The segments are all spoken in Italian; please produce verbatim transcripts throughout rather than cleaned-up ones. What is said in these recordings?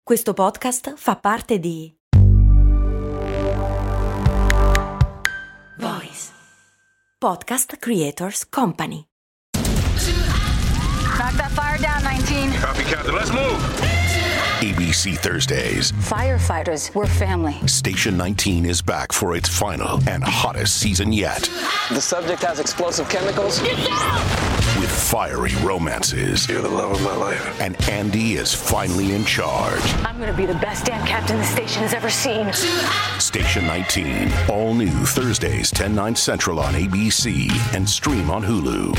Questo podcast fa parte di Voice Podcast Creators Company. Knock that fire down, nineteen. Copy, Captain. Let's move. A B C Thursdays. Firefighters, we're family. Station nineteen is back for its final and hottest season yet. The subject has explosive chemicals. With fiery romances. You're the love of my life. And Andy is finally in charge. I'm gonna be the best damn captain the station has ever seen. Station nineteen. All new Thursdays, ten, nine Central on A B C and stream on Hulu.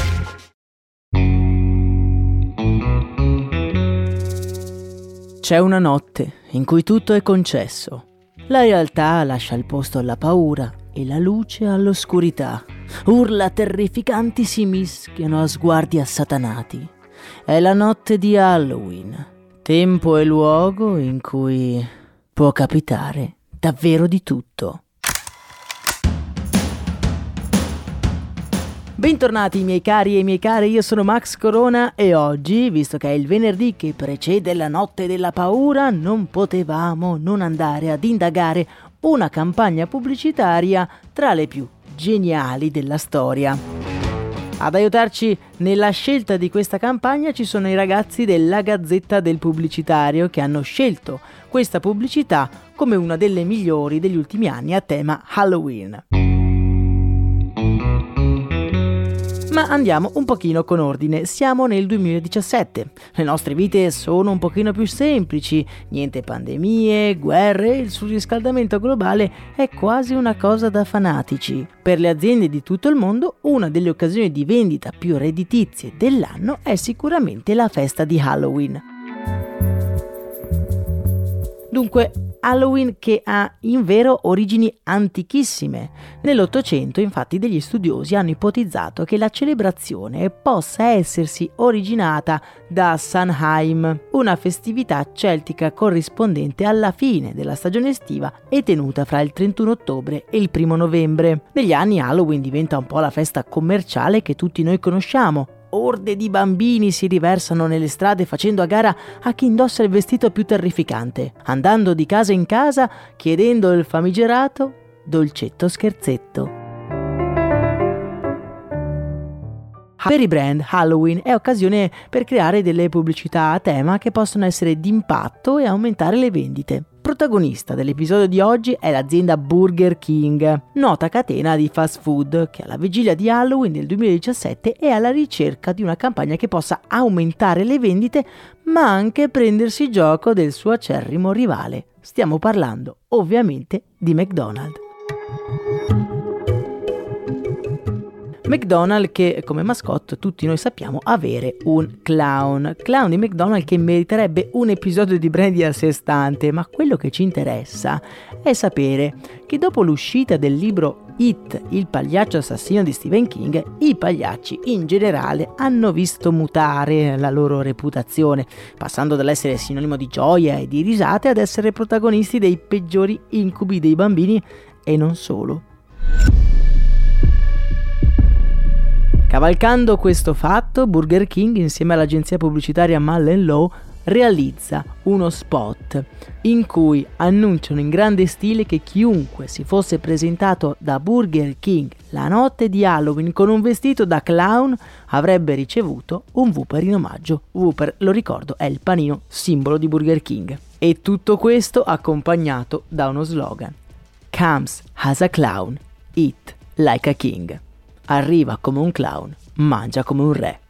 C'è una notte in cui tutto è concesso. La realtà lascia il posto alla paura e la luce all'oscurità. Urla terrificanti si mischiano a sguardi assatanati. È la notte di Halloween, tempo e luogo in cui può capitare davvero di tutto. Bentornati miei cari e miei cari, io sono Max Corona e oggi, visto che è il venerdì che precede la notte della paura, non potevamo non andare ad indagare una campagna pubblicitaria tra le più geniali della storia. Ad aiutarci nella scelta di questa campagna ci sono i ragazzi della Gazzetta del Pubblicitario che hanno scelto questa pubblicità come una delle migliori degli ultimi anni a tema Halloween. Ma andiamo un pochino con ordine, siamo nel duemiladiciassette, le nostre vite sono un pochino più semplici, niente pandemie, guerre, il surriscaldamento globale è quasi una cosa da fanatici. Per le aziende di tutto il mondo una delle occasioni di vendita più redditizie dell'anno è sicuramente la festa di Halloween. Dunque, Halloween che ha in vero origini antichissime. Nell'Ottocento, infatti, degli studiosi hanno ipotizzato che la celebrazione possa essersi originata da Samhain, una festività celtica corrispondente alla fine della stagione estiva e tenuta fra il trentuno ottobre e il primo novembre. Negli anni Halloween diventa un po' la festa commerciale che tutti noi conosciamo. Orde di bambini si riversano nelle strade facendo a gara a chi indossa il vestito più terrificante, andando di casa in casa chiedendo il famigerato dolcetto scherzetto. Per i brand, Halloween è occasione per creare delle pubblicità a tema che possono essere d'impatto e aumentare le vendite. Protagonista dell'episodio di oggi è l'azienda Burger King, nota catena di fast food che alla vigilia di Halloween del duemiladiciassette è alla ricerca di una campagna che possa aumentare le vendite ma anche prendersi gioco del suo acerrimo rivale. Stiamo parlando ovviamente di McDonald's. McDonald's che come mascotte tutti noi sappiamo avere un clown, clown di McDonald's che meriterebbe un episodio di Brandy a sé stante, ma quello che ci interessa è sapere che dopo l'uscita del libro It, il pagliaccio assassino di Stephen King, i pagliacci in generale hanno visto mutare la loro reputazione, passando dall'essere sinonimo di gioia e di risate ad essere protagonisti dei peggiori incubi dei bambini e non solo. Cavalcando questo fatto, Burger King insieme all'agenzia pubblicitaria Mullen Law realizza uno spot in cui annunciano in grande stile che chiunque si fosse presentato da Burger King la notte di Halloween con un vestito da clown avrebbe ricevuto un Whopper in omaggio. Whopper, lo ricordo, è il panino simbolo di Burger King. E tutto questo accompagnato da uno slogan: Comes as a clown, eat like a king. Arriva come un clown, mangia come un re.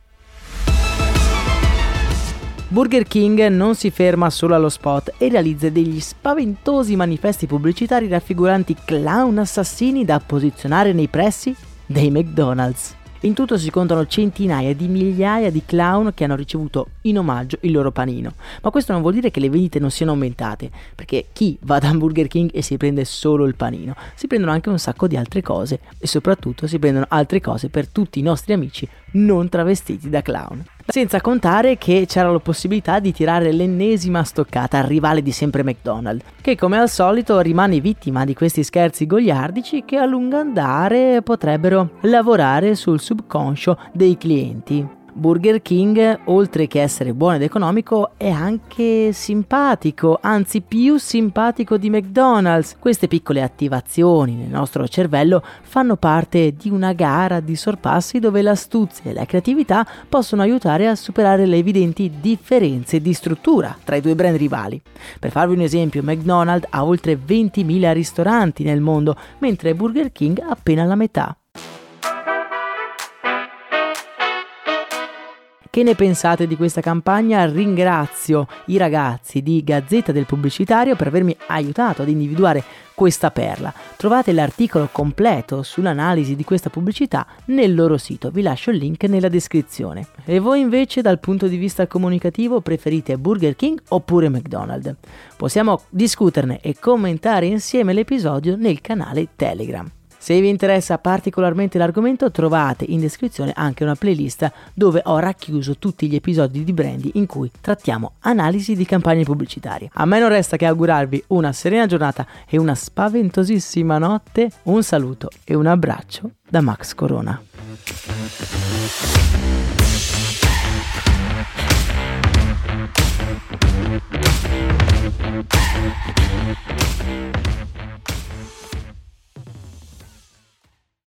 Burger King non si ferma solo allo spot e realizza degli spaventosi manifesti pubblicitari raffiguranti clown assassini da posizionare nei pressi dei McDonald's. In tutto si contano centinaia di migliaia di clown che hanno ricevuto in omaggio il loro panino. Ma questo non vuol dire che le vendite non siano aumentate, perché chi va da Burger King e si prende solo il panino, si prendono anche un sacco di altre cose e soprattutto si prendono altre cose per tutti i nostri amici non travestiti da clown. Senza contare che c'era la possibilità di tirare l'ennesima stoccata al rivale di sempre McDonald's, che come al solito rimane vittima di questi scherzi goliardici che a lungo andare potrebbero lavorare sul subconscio dei clienti. Burger King, oltre che essere buono ed economico, è anche simpatico, anzi più simpatico di McDonald's. Queste piccole attivazioni nel nostro cervello fanno parte di una gara di sorpassi dove l'astuzia e la creatività possono aiutare a superare le evidenti differenze di struttura tra i due brand rivali. Per farvi un esempio, McDonald's ha oltre ventimila ristoranti nel mondo, mentre Burger King appena la metà. Che ne pensate di questa campagna? Ringrazio i ragazzi di Gazzetta del Pubblicitario per avermi aiutato ad individuare questa perla. Trovate l'articolo completo sull'analisi di questa pubblicità nel loro sito, vi lascio il link nella descrizione. E voi invece, dal punto di vista comunicativo, preferite Burger King oppure McDonald's? Possiamo discuterne e commentare insieme l'episodio nel canale Telegram. Se vi interessa particolarmente l'argomento, trovate in descrizione anche una playlist dove ho racchiuso tutti gli episodi di Brandy in cui trattiamo analisi di campagne pubblicitarie. A me non resta che augurarvi una serena giornata e una spaventosissima notte. Un saluto e un abbraccio da Max Corona.